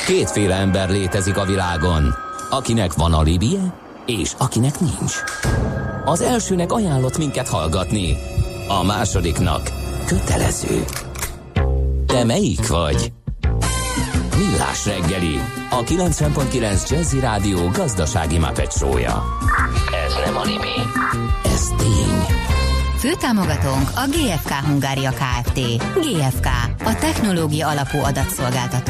Kétféle ember létezik a világon, akinek van alibije, és akinek nincs. Az elsőnek ajánlott minket hallgatni, a másodiknak kötelező. Te melyik vagy? Millás reggeli, a 90.9 Jazzy Rádió gazdasági Muppet show-ja. Ez nem anime, ez tény. Főtámogatónk a GFK Hungária Kft. GFK, a technológia alapú adatszolgáltató.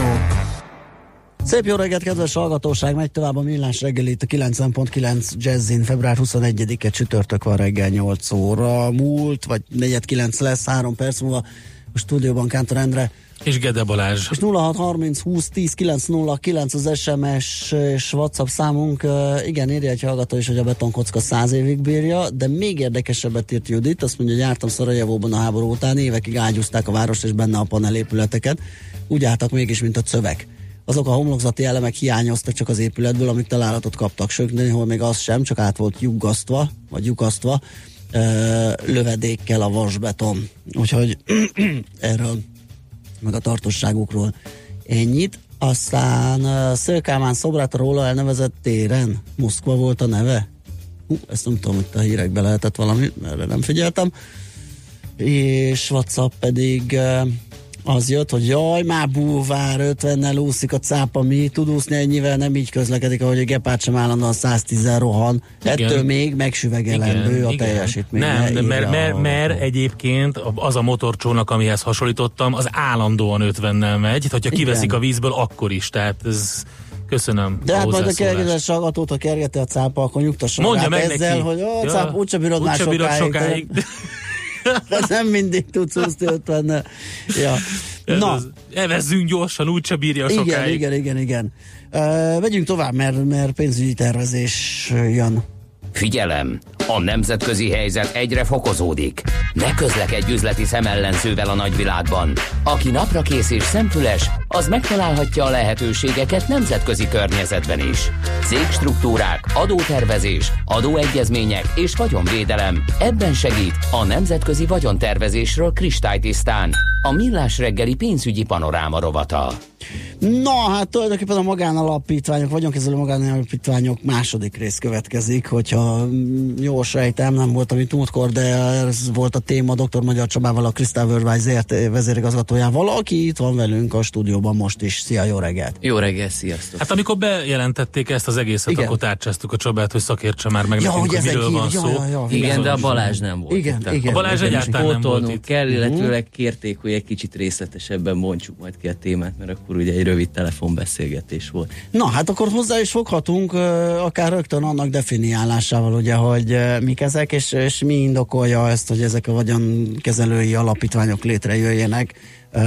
Szép jó reggelt, kedves hallgatóság! Megy tovább a Millás reggeli itt a 90.9 Jazzin. Február 21-e csütörtök van, reggel 8 óra múlt, vagy 4:09 lesz, 3 perc múlva. A stúdióban Kántor Endre és Gede Balázs. És 0630 20 10 909 az SMS és WhatsApp számunk. Igen, írja egy hallgató is, hogy a betonkocka 100 évig bírja, de még érdekesebbet írt Judit. Azt mondja, hogy jártam Szarajevóban a háború után, évekig ágyúzták a várost és benne a panelépületeket. Úgy álltak mégis, mint a cövek. Azok a homlokzati elemek hiányoztak csak az épületből, amik találatot kaptak, sőt, néhol még az sem, csak át volt lyukasztva, lövedékkel a vasbeton. Úgyhogy erről meg a tartosságukról ennyit. Aztán Szőkálmán szobrát a róla elnevezett téren, Moszkva volt a neve. Ezt nem tudom, hogy a hírekbe lehetett valami, erre nem figyeltem. És WhatsApp pedig az jött, hogy jaj, már bulvár 50-nel úszik a cápa, mi tud úszni ennyivel, nem így közlekedik, ahogy a gepárd sem állandóan 110-en rohan. Igen. Ettől még megsüvegelendő a teljesítmény. Nem, mert egyébként az a motorcsónak, amihez hasonlítottam, az állandóan 50-nel megy, tehát hogyha kiveszik a vízből, akkor is, tehát ez... Köszönöm. De hát majd a kergetes hallgatót, ha kergeti a cápa, akkor nyugtasson mondja rá meg ezzel, neki. Hogy a cápa úgyse bírod már sokáig. De nem mindig tudsz úszni 50-nel. Ja. Na. Evezzünk gyorsan, úgyse bírja sokáig. Igen. Megyünk tovább, mert pénzügyi tervezés jön. Figyelem! A nemzetközi helyzet egyre fokozódik. Ne közlekedj üzleti szemellenzővel a nagyvilágban. Aki naprakész és szemfüles, az megtalálhatja a lehetőségeket nemzetközi környezetben is. Cégstruktúrák, adótervezés, adóegyezmények és vagyonvédelem. Ebben segít a nemzetközi vagyontervezésről kristálytisztán a Millás reggeli pénzügyi panoráma rovata. Na, hát tulajdonképpen a magánalapítványok, vagyonkezelő magánalapítványok második rész következik, hogyha jól sejtem, nem volt, amit múltkor, de ez volt a téma Dr. Magyar Csabával, a Crystal Worldwide ZRT vezérigazgatójával, aki itt van velünk a stúdióban most is. Szia, jó reggelt! Jó reggelt, sziasztok! Hát amikor bejelentették ezt az egészet, igen, akkor tárcsáztuk a Csabát, hogy szakértse már meg nekünk, hogy miről van szó. Igen, de a Balázs nem volt. Igen. A Balázs egyáltalán nem volt itt. Kell, illetőleg kérték, hogy egy kicsit részletesebben bontsuk majd ki a témát, mert akkor ugye egy rövid telefonbeszélgetés volt. Na, hát akkor hozzá is foghatunk, akár rögtön annak definiálásával, ugye, hogy mik ezek, és mi indokolja ezt, hogy ezek a vagyonkezelői alapítványok létrejöjjenek.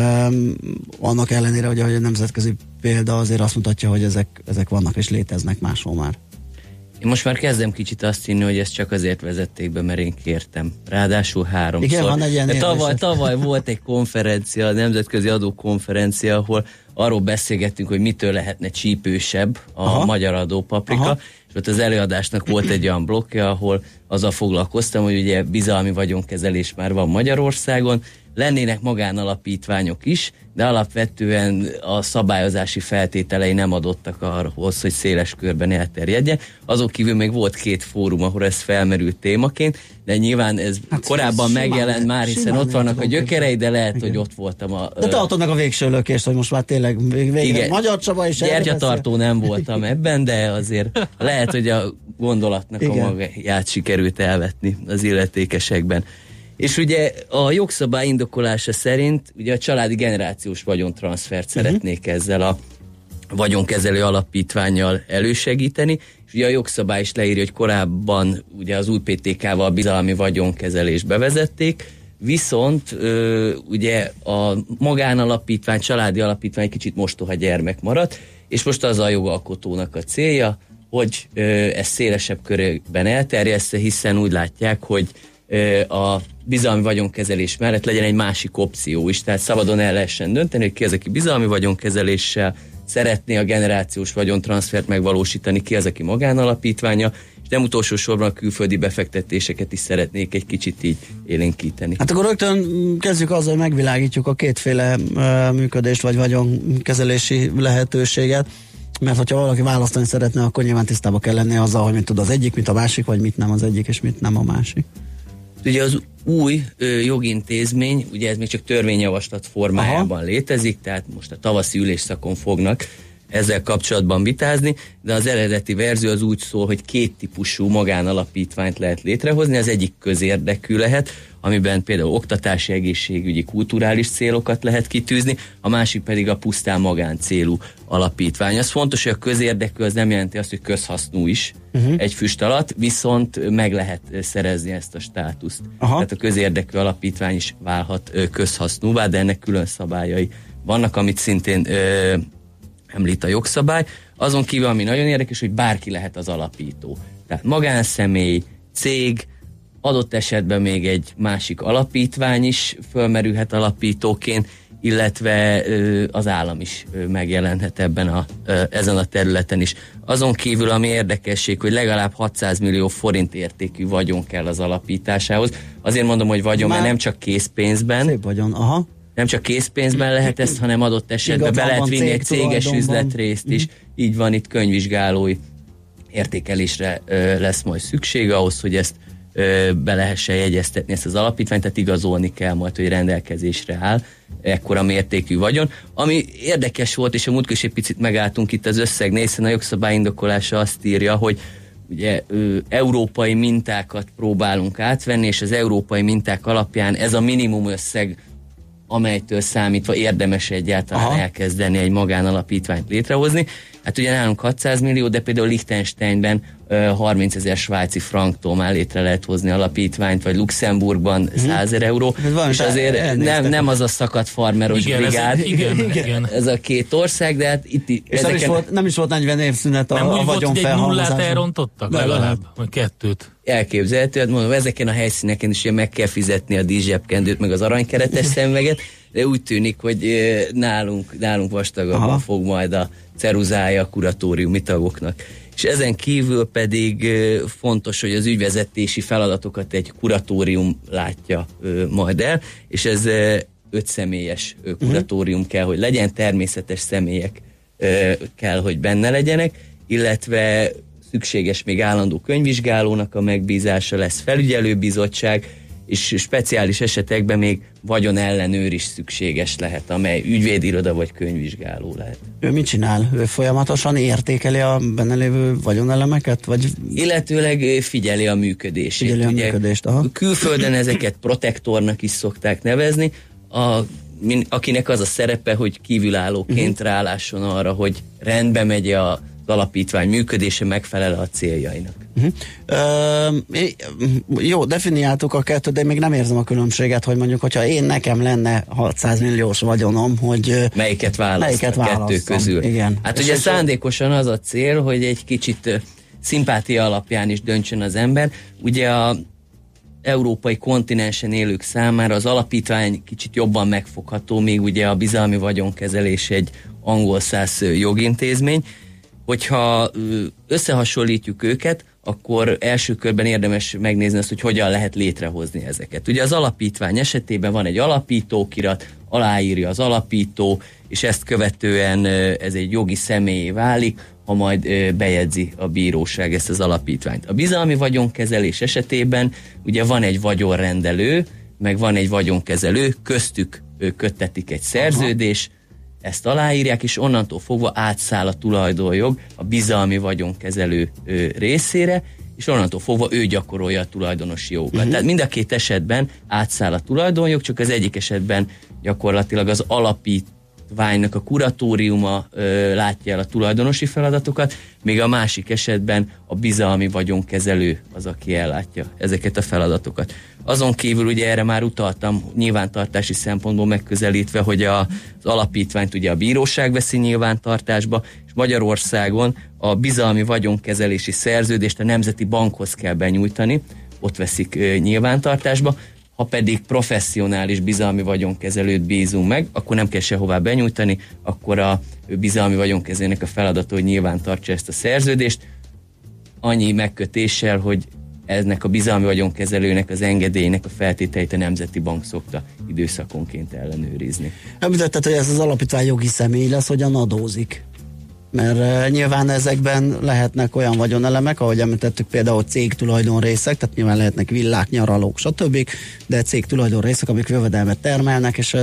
Annak ellenére, hogy a nemzetközi példa azért azt mutatja, hogy ezek vannak és léteznek máshol már. Én most már kezdem kicsit azt hinni, hogy ezt csak azért vezették be, mert én kértem. Ráadásul 3-szor. Igen, van egy ilyen tavaly volt egy konferencia, a nemzetközi adókonferencia, ahol arról beszélgettünk, hogy mitől lehetne csípősebb a magyar adópaprika, és ott az előadásnak volt egy olyan blokkja, ahol azzal foglalkoztam, hogy ugye bizalmi vagyonkezelés már van Magyarországon, lennének magánalapítványok is, de alapvetően a szabályozási feltételei nem adottak ahhoz, hogy széles körben elterjedjen. Azon kívül még volt 2 fórum, ahol ez felmerült témaként, de nyilván ez korábban megjelent már, hiszen ott vannak a gyökerei, de lehet, igen, hogy ott voltam de te adtad meg a végső lökést, hogy most már tényleg végre Magyar Csaba is gyertyatartó nem voltam ebben, de azért lehet, hogy a gondolatnak a magját sikerült elvetni az illetékesekben. És ugye a jogszabály indokolása szerint ugye a családi generációs vagyontranszfert szeretnék ezzel a vagyonkezelő alapítvánnyal elősegíteni, és ugye a jogszabály is leírja, hogy korábban ugye az új PTK-val bizalmi vagyonkezelést bevezették, viszont ugye a magánalapítvány, családi alapítvány kicsit mostoha gyermek maradt, és most az a jogalkotónak a célja, hogy ezt szélesebb körben elterjessze, hiszen úgy látják, hogy a bizalmi vagyonkezelés mellett legyen egy másik opció is, tehát szabadon el lehessen dönteni, hogy ki az, aki bizalmi vagyonkezeléssel szeretné a generációs vagyontranszfert megvalósítani, ki az, aki magánalapítványa, és nem utolsó sorban a külföldi befektetéseket is szeretnék egy kicsit így élénkíteni. Hát akkor rögtön kezdjük azzal, hogy megvilágítjuk a kétféle működést vagy vagyonkezelési lehetőséget, mert hogyha valaki választani szeretne, akkor nyilván tisztában kell lenni azzal, hogy mit tud az egyik, mit a másik, vagy mit nem az egyik, és mit nem a másik. Ugye az új jogintézmény, ugye ez még csak törvényjavaslat formájában létezik, tehát most a tavaszi ülésszakon fognak ezzel kapcsolatban vitázni, de az eredeti verzió az úgy szól, hogy két típusú magánalapítványt lehet létrehozni, az egyik közérdekű lehet, amiben például oktatási, egészségügyi, kulturális célokat lehet kitűzni, a másik pedig a pusztán magáncélú alapítvány. Az fontos, hogy a közérdekű az nem jelenti azt, hogy közhasznú is egy füst alatt, viszont meg lehet szerezni ezt a státuszt. Tehát a közérdekű alapítvány is válhat közhasznúvá, de ennek külön szabályai vannak, amit szintén említ a jogszabály. Azon kívül, ami nagyon érdekes, hogy bárki lehet az alapító. Tehát magánszemély, cég, adott esetben még egy másik alapítvány is fölmerülhet alapítóként, illetve az állam is megjelenhet ezen a területen is. Azon kívül, ami érdekesség, hogy legalább 600 millió forint értékű vagyon kell az alapításához. Azért mondom, hogy vagyon, mert nem csak készpénzben. Szép vagyon, Nem csak készpénzben lehet ezt, hanem adott esetben be lehet vinni egy céges üzletrészt is. Így van, itt könyvvizsgálói értékelésre lesz majd szükség ahhoz, hogy ezt be lehessen jegyeztetni ezt az alapítványt, tehát igazolni kell majd, hogy rendelkezésre áll ekkora mértékű vagyon. Ami érdekes volt, és a múltkor is egy picit megálltunk itt az összegnél, hiszen a jogszabály indokolása azt írja, hogy ugye európai mintákat próbálunk átvenni, és az európai minták alapján ez a minimum összeg, amelytől számítva érdemes egyáltalán elkezdeni egy magánalapítványt létrehozni. Hát ugye nálunk 600 millió, de például Liechtensteinben 30 000 svájci franktól már létre lehet hozni alapítványt, vagy Luxemburgban 100 000 euró, és azért nem az a szakadt farmeros brigád. Igen. Ez a két ország, de hát itt... És nem is volt 40 évszünet a vagyon felhalmozáson. Nem úgy volt, hogy egy nullát elrontottak legalább, vagy kettőt. Elképzelhető, hát mondom, ezeken a helyszíneken is meg kell fizetni a díszsebkendőt, meg az aranykeretes szemüveget, de úgy tűnik, hogy nálunk vastagabban fog majd a ceruzája a kuratóriumi tagoknak. És ezen kívül pedig fontos, hogy az ügyvezetési feladatokat egy kuratórium látja majd el, és ez 5 személyes kuratórium kell, hogy legyen, természetes személyek kell, hogy benne legyenek, illetve szükséges még állandó könyvvizsgálónak a megbízása, lesz felügyelőbizottság, és speciális esetekben még vagyonellenőr is szükséges lehet, amely ügyvédiroda vagy könyvvizsgáló lehet. Ő mit csinál? Ő folyamatosan értékeli a benne lévő vagyonelemeket? Vagy... Illetőleg figyeli a működését. Működést, külföldön ezeket protektornak is szokták nevezni, akinek az a szerepe, hogy kívülállóként rálásson arra, hogy rendbe megy az alapítvány működése, megfelel a céljainak. Jó, definiáltuk a kettőt, de még nem érzem a különbséget, hogy mondjuk, hogyha nekem lenne 600 milliós vagyonom, hogy melyiket választom kettő közül. Igen. Hát ugye szándékosan az a cél, hogy egy kicsit szimpátia alapján is döntsön az ember. Ugye a európai kontinensen élők számára az alapítvány kicsit jobban megfogható, még ugye a bizalmi vagyonkezelés egy angol száz jogintézmény. Hogyha összehasonlítjuk őket, akkor első körben érdemes megnézni azt, hogy hogyan lehet létrehozni ezeket. Ugye az alapítvány esetében van egy alapítókirat, aláírja az alapító, és ezt követően ez egy jogi személyé válik, ha majd bejegyzi a bíróság ezt az alapítványt. A bizalmi vagyonkezelés esetében ugye van egy vagyonrendelő, meg van egy vagyonkezelő, köztük köttetik egy szerződés, ezt aláírják, és onnantól fogva átszáll a tulajdonjog a bizalmi vagyonkezelő részére, és onnantól fogva ő gyakorolja a tulajdonosi jogokat. Tehát mind a két esetben átszáll a tulajdonjog, csak az egyik esetben gyakorlatilag az alapítványnak a kuratóriuma látja el a tulajdonosi feladatokat, míg a másik esetben a bizalmi vagyonkezelő az, aki ellátja ezeket a feladatokat. Azon kívül ugye erre már utaltam nyilvántartási szempontból megközelítve, hogy az alapítványt ugye a bíróság veszi nyilvántartásba, és Magyarországon a bizalmi vagyonkezelési szerződést a Nemzeti Bankhoz kell benyújtani, ott veszik nyilvántartásba. Ha pedig professzionális bizalmi vagyonkezelőt bízunk meg, akkor nem kell sehová benyújtani, akkor a bizalmi vagyonkezelőnek a feladata, hogy nyilvántartsa ezt a szerződést. annyi megkötéssel, hogy ennek a bizalmi vagyonkezelőnek az engedélynek a feltételeit a Nemzeti Bank szokta időszakonként ellenőrizni. Említetted, hogy ez az alapítvány jogi személy lesz, hogyan adózik? Mert nyilván ezekben lehetnek olyan vagyonelemek, ahogy említettük, például cégtulajdonrészek, tehát nyilván lehetnek villák, nyaralók, stb., de cégtulajdonrészek, amik jövedelmet termelnek, és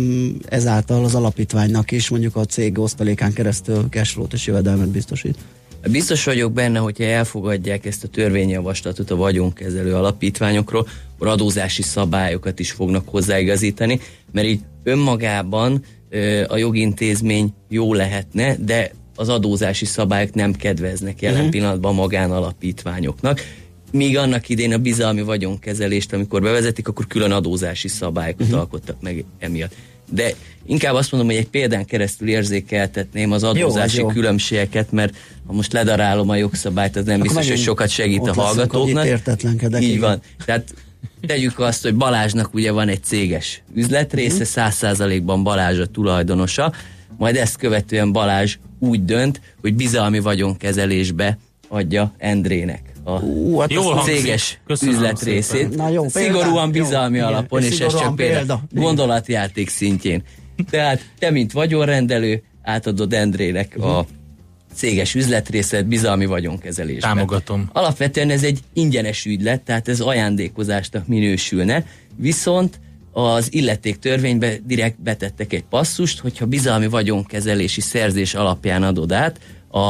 ezáltal az alapítványnak is mondjuk a cég osztalékán keresztül cashflow-t és jövedelmet biztosít. Biztos vagyok benne, hogyha elfogadják ezt a törvényjavaslatot a vagyonkezelő alapítványokról, akkor adózási szabályokat is fognak hozzáigazítani, mert így önmagában a jogintézmény jó lehetne, de az adózási szabályok nem kedveznek jelen pillanatban magánalapítványoknak. Míg annak idén a bizalmi vagyonkezelést, amikor bevezetik, akkor külön adózási szabályokat alkottak meg emiatt. De inkább azt mondom, hogy egy példán keresztül érzékeltetném az adózási különbségeket, mert ha most ledarálom a jogszabályt, az nem biztos, hogy sokat segít a hallgatóknak. Így van. Tehát tegyük azt, hogy Balázsnak ugye van egy céges üzletrésze, 100%-ban Balázs a tulajdonosa, majd ezt követően Balázs úgy dönt, hogy bizalmi vagyonkezelésbe adja Endrének a céges üzletrészét. Szigorúan bizalmi alapon, és ez csak például gondolatjáték szintjén. Tehát te, mint vagyonrendelő, átadod Endrének a céges üzletrészet bizalmi vagyonkezelésben. Támogatom. Alapvetően ez egy ingyenes ügylet, tehát ez ajándékozásnak minősülne, viszont az illetéktörvénybe direkt betettek egy passzust, hogyha bizalmi vagyonkezelési szerzés alapján adod át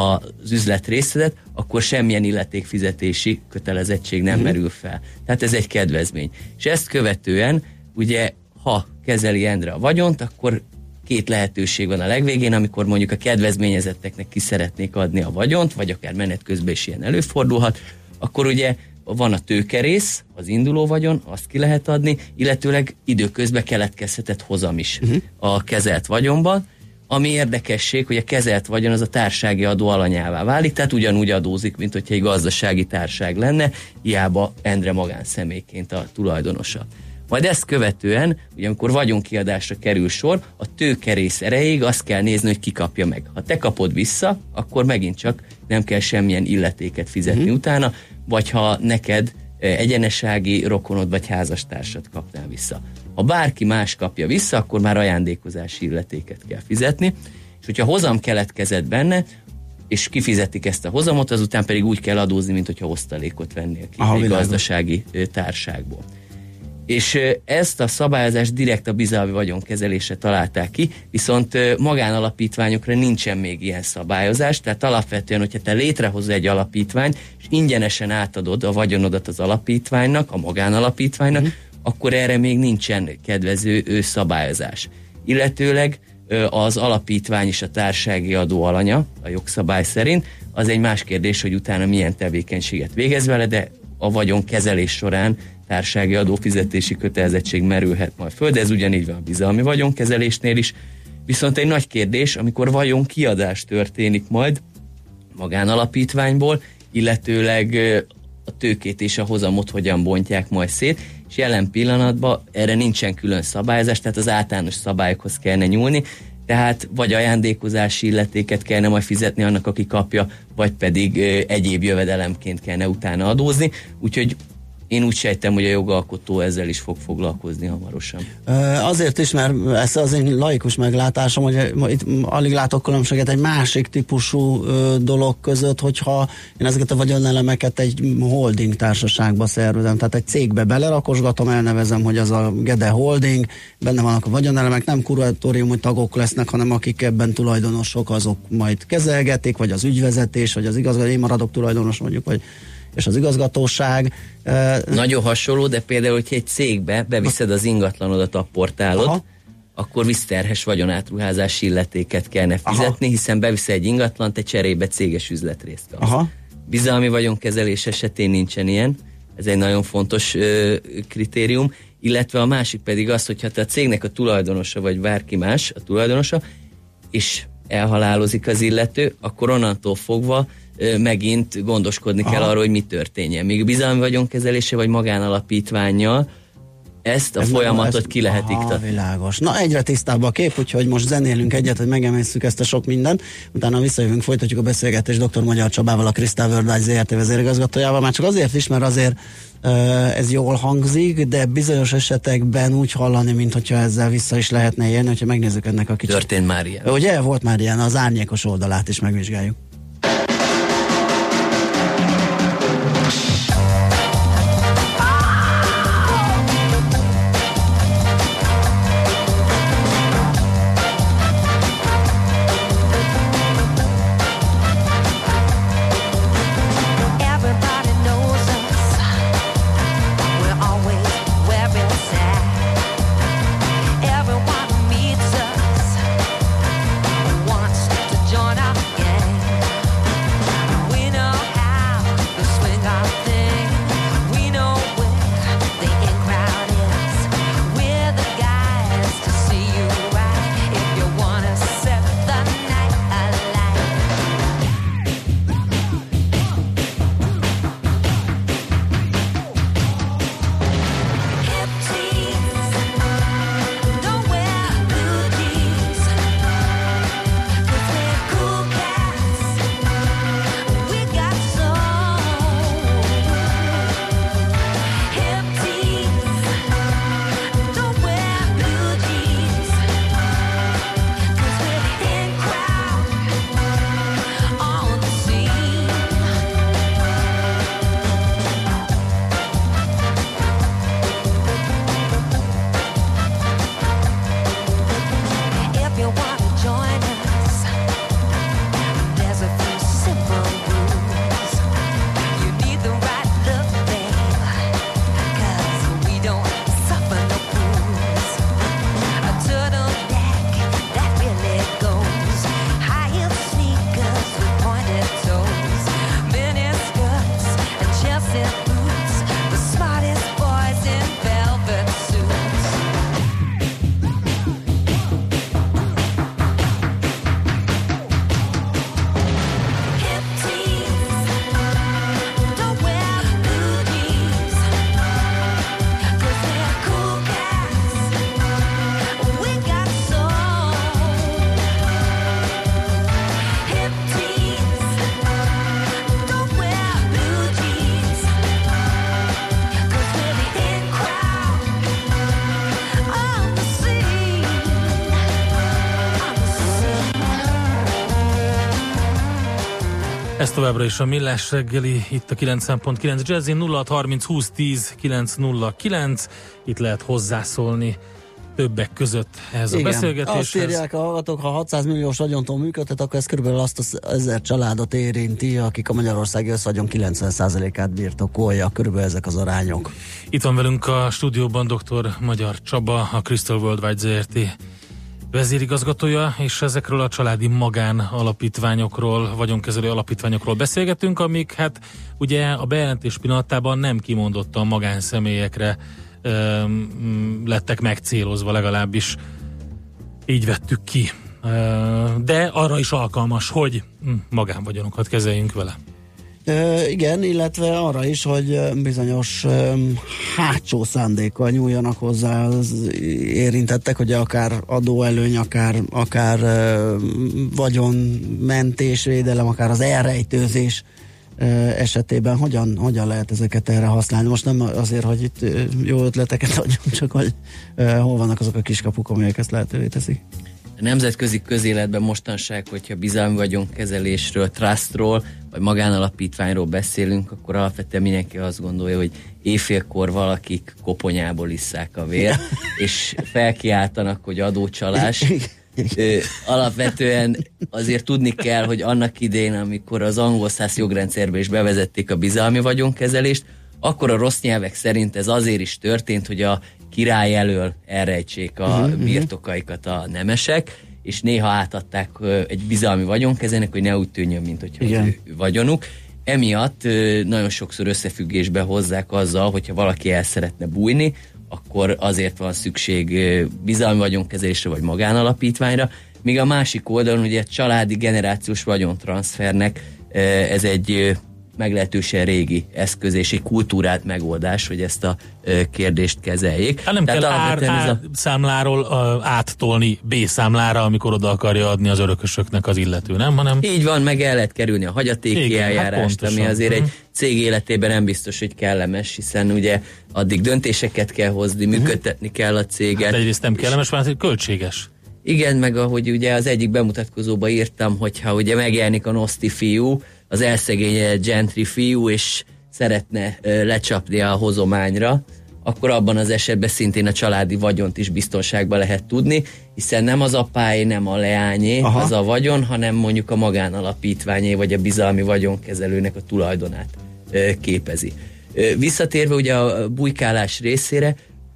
az üzletrészedet, akkor semmilyen illetékfizetési kötelezettség nem merül fel. Tehát ez egy kedvezmény. És ezt követően, ugye, ha kezeli Endre a vagyont, akkor két lehetőség van a legvégén, amikor mondjuk a kedvezményezetteknek ki szeretnék adni a vagyont, vagy akár menet közben is ilyen előfordulhat, akkor ugye van a tőkerész, az induló vagyon, azt ki lehet adni, illetőleg időközben keletkezhetett hozam is a kezelt vagyonban, ami érdekesség, hogy a kezelt vagyon az a társasági adó alanyává válik, tehát ugyanúgy adózik, mint hogyha egy gazdasági társaság lenne, hiába Endre magánszemélyként a tulajdonosa. Majd ezt követően, ugye amikor vagyonkiadásra kerül sor, a tőkerész erejéig azt kell nézni, hogy ki kapja meg. Ha te kapod vissza, akkor megint csak nem kell semmilyen illetéket fizetni utána, vagy ha neked egyenesági rokonod vagy házastársad kapnál vissza. Ha bárki más kapja vissza, akkor már ajándékozási illetéket kell fizetni, és hogyha hozam keletkezett benne, és kifizetik ezt a hozamot, azután pedig úgy kell adózni, mint hogyha osztalékot vennél ki egy gazdasági társaságból. És ezt a szabályozást direkt a bizalmi vagyonkezelésre találták ki, viszont magánalapítványokra nincsen még ilyen szabályozás, tehát alapvetően, hogyha te létrehozol egy alapítványt, és ingyenesen átadod a vagyonodat az alapítványnak, a magánalapítványnak, akkor erre még nincsen kedvező szabályozás. Illetőleg az alapítvány és a társasági adó alanya, a jogszabály szerint, az egy más kérdés, hogy utána milyen tevékenységet végez vele, de a vagyonkezelés során társasági adófizetési kötelezettség merülhet majd föl, de ez ugyanígy van a bizalmi vagyonkezelésnél is. Viszont egy nagy kérdés, amikor vagyonkiadás történik majd magánalapítványból, illetőleg a tőkét és a hozamot hogyan bontják majd szét, és jelen pillanatban erre nincsen külön szabályozás, tehát az általános szabályokhoz kellene nyúlni, tehát vagy ajándékozási illetéket kellene majd fizetni annak, aki kapja, vagy pedig egyéb jövedelemként kellene utána adózni, úgyhogy én úgy sejtem, hogy a jogalkotó ezzel is fog foglalkozni hamarosan. Azért is, mert ez az én laikus meglátásom, hogy itt alig látok különbséget egy másik típusú dolog között, hogyha én ezeket a vagyonelemeket egy holding társaságba szervezem, tehát egy cégbe belerakosgatom, elnevezem, hogy az a Gede Holding, benne vannak a vagyonelemek, nem kuratóriumi tagok lesznek, hanem akik ebben tulajdonosok, azok majd kezelgetik, vagy az ügyvezetés, vagy az igazgató, én maradok tulajdonos mondjuk, vagy és az igazgatóság. Nagyon hasonló, de például, hogyha egy cégbe beviszed az ingatlanodat a portálod, akkor visszterhes vagyonátruházási illetéket kellene fizetni, hiszen beviszel egy ingatlant, te cserébe céges üzletrészt kapsz. Bizalmi vagyonkezelés esetén nincsen ilyen, ez egy nagyon fontos kritérium, illetve a másik pedig az, hogyha te a cégnek a tulajdonosa, vagy bárki más a tulajdonosa, és elhalálozik az illető, akkor onnantól fogva megint gondoskodni kell arról, hogy mi történjen. Még bizalmi vagyonkezelése vagy magánalapítvánnyal ezt a folyamatot ki lehet iktatni. Világos. Na, egyre tisztább a kép, úgyhogy most zenélünk egyet, hogy megemészszük ezt a sok mindent. Utána visszajövünk, folytatjuk a beszélgetést dr. Magyar Csabával, a Crystal Worldwide ZRT vezérigazgatójával. Már csak azért is, mert azért ez jól hangzik, de bizonyos esetekben úgy hallani, mintha ezzel vissza is lehetne élni, hogyha megnézzük ennek a kicsit. Történt már ilyen. Ugye, volt már ilyen, az árnyékos oldalát is megvizsgáljuk. Ez továbbra is a Millás reggeli, itt a 90.9 Jazzin, 0630 20 10 909, itt lehet hozzászólni többek között ehhez a beszélgetéshez. Azt írják a hallgatók, ha 600 milliós vagyontól működhet, akkor ez körülbelül azt az 1000 családot érinti, akik a magyarországi összvagyon 90%-át birtokolja, körülbelül ezek az arányok. Itt van velünk a stúdióban dr. Magyar Csaba, a Crystal Worldwide ZRT vezérigazgatója, és ezekről a családi magánalapítványokról, vagyonkezelő alapítványokról beszélgetünk, amik hát ugye a bejelentés pillanatában nem kimondottan magánszemélyekre lettek megcélozva, legalábbis így vettük ki. De arra is alkalmas, hogy magánvagyonokat kezeljünk vele. Igen, illetve arra is, hogy bizonyos hátsó szándékkal nyúljanak hozzá az érintettek, hogy akár adóelőny, akár vagyonmentés, védelem, akár az elrejtőzés esetében hogyan lehet ezeket erre használni. Most nem azért, hogy itt jó ötleteket adjunk, csak hogy hol vannak azok a kiskapuk, amelyek ezt lehetővé teszik. A nemzetközi közéletben mostanság, hogyha bizalmi vagyonkezelésről, trustról, vagy magánalapítványról beszélünk, akkor alapvetően mindenki azt gondolja, hogy éjfélkor valakik koponyából isszák a vért, és felkiáltanak, hogy adócsalás. Alapvetően azért tudni kell, hogy annak idején, amikor az angol-szász jogrendszerbe is bevezették a bizalmi vagyonkezelést, akkor a rossz nyelvek szerint ez azért is történt, hogy a király elől elrejtsék a birtokaikat a nemesek, és néha átadták egy bizalmi vagyonkezelőnek, hogy ne úgy tűnjön, mint hogyha az ő vagyonuk. Emiatt nagyon sokszor összefüggésbe hozzák azzal, hogyha valaki el szeretne bújni, akkor azért van szükség bizalmi vagyonkezelésre vagy magánalapítványra, míg a másik oldalon ugye családi generációs vagyontranszfernek ez egy meglehetősen régi eszköz és egy kultúrát megoldás, hogy ezt a kérdést kezeljék. Hát nem kell A számláról áttolni B számlára, amikor oda akarja adni az örökösöknek az illető, nem? Hanem... Így van, meg el lehet kerülni a hagyatéki eljárást, ami azért egy cég életében nem biztos, hogy kellemes, hiszen ugye addig döntéseket kell hozni, működtetni kell a céget. Hát egyrészt nem kellemes, hanem költséges. Igen, meg ahogy ugye az egyik bemutatkozóba írtam, hogyha ugye megjelenik a noszti fiú, az elszegényedett gentry fiú, és szeretne lecsapni a hozományra, akkor abban az esetben szintén a családi vagyont is biztonságban lehet tudni, hiszen nem az apáé, nem a leányé az a vagyon, hanem mondjuk a magánalapítványé, vagy a bizalmi vagyonkezelőnek a tulajdonát képezi. Visszatérve ugye a bujkálás részére,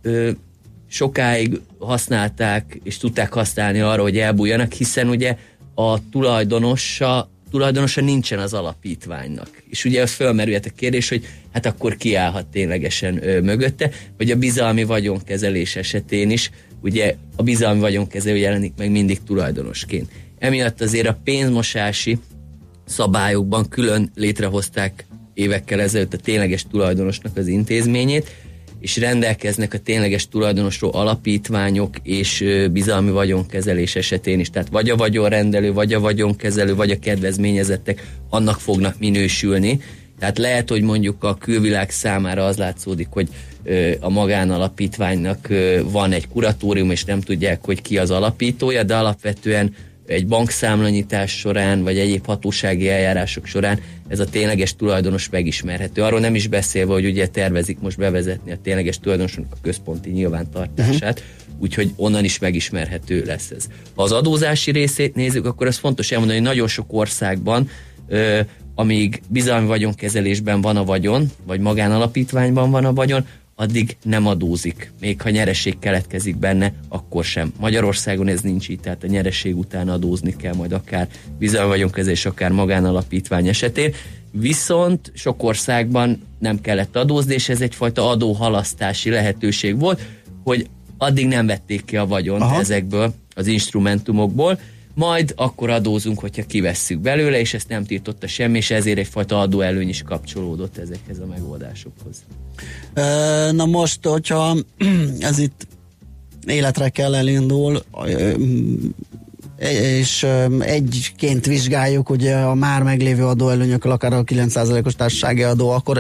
sokáig használták, és tudták használni arra, hogy elbújjanak, hiszen ugye a tulajdonosa nincsen az alapítványnak. És ugye fölmerülhet a kérdés, hogy hát akkor ki állhat ténylegesen mögötte, vagy a bizalmi vagyonkezelés esetén is, ugye a bizalmi vagyonkezelő jelenik meg mindig tulajdonosként. Emiatt azért a pénzmosási szabályokban külön létrehozták évekkel ezelőtt a tényleges tulajdonosnak az intézményét, és rendelkeznek a tényleges tulajdonosról alapítványok és bizalmi vagyonkezelés esetén is. Tehát vagy a vagyonrendelő, vagy a vagyonkezelő, vagy a kedvezményezettek annak fognak minősülni. Tehát lehet, hogy mondjuk a külvilág számára az látszódik, hogy a magánalapítványnak van egy kuratórium, és nem tudják, hogy ki az alapítója, de alapvetően egy bankszámlanyítás során, vagy egyéb hatósági eljárások során ez a tényleges tulajdonos megismerhető. Arról nem is beszélve, hogy ugye tervezik most bevezetni a tényleges tulajdonosnak a központi nyilvántartását, úgyhogy onnan is megismerhető lesz ez. Ha az adózási részét nézzük, akkor az fontos elmondani, hogy nagyon sok országban, amíg bizalmi vagyonkezelésben van a vagyon, vagy magánalapítványban van a vagyon, addig nem adózik. Még ha nyereség keletkezik benne, akkor sem. Magyarországon ez nincs így, tehát a nyereség után adózni kell majd akár bizalmi vagyonkezelés, akár magánalapítvány esetén. Viszont sok országban nem kellett adózni, és ez egyfajta adóhalasztási lehetőség volt, hogy addig nem vették ki a vagyont ezekből az instrumentumokból, majd akkor adózunk, hogyha kivesszük belőle, és ezt nem tiltotta semmi, és ezért egyfajta adóelőny is kapcsolódott ezekhez a megoldásokhoz. Na most, hogyha ez itt életre kell elindul, és egyként vizsgáljuk ugye a már meglévő adóelőnyökkel, akár a 9%-os társasági adó, akkor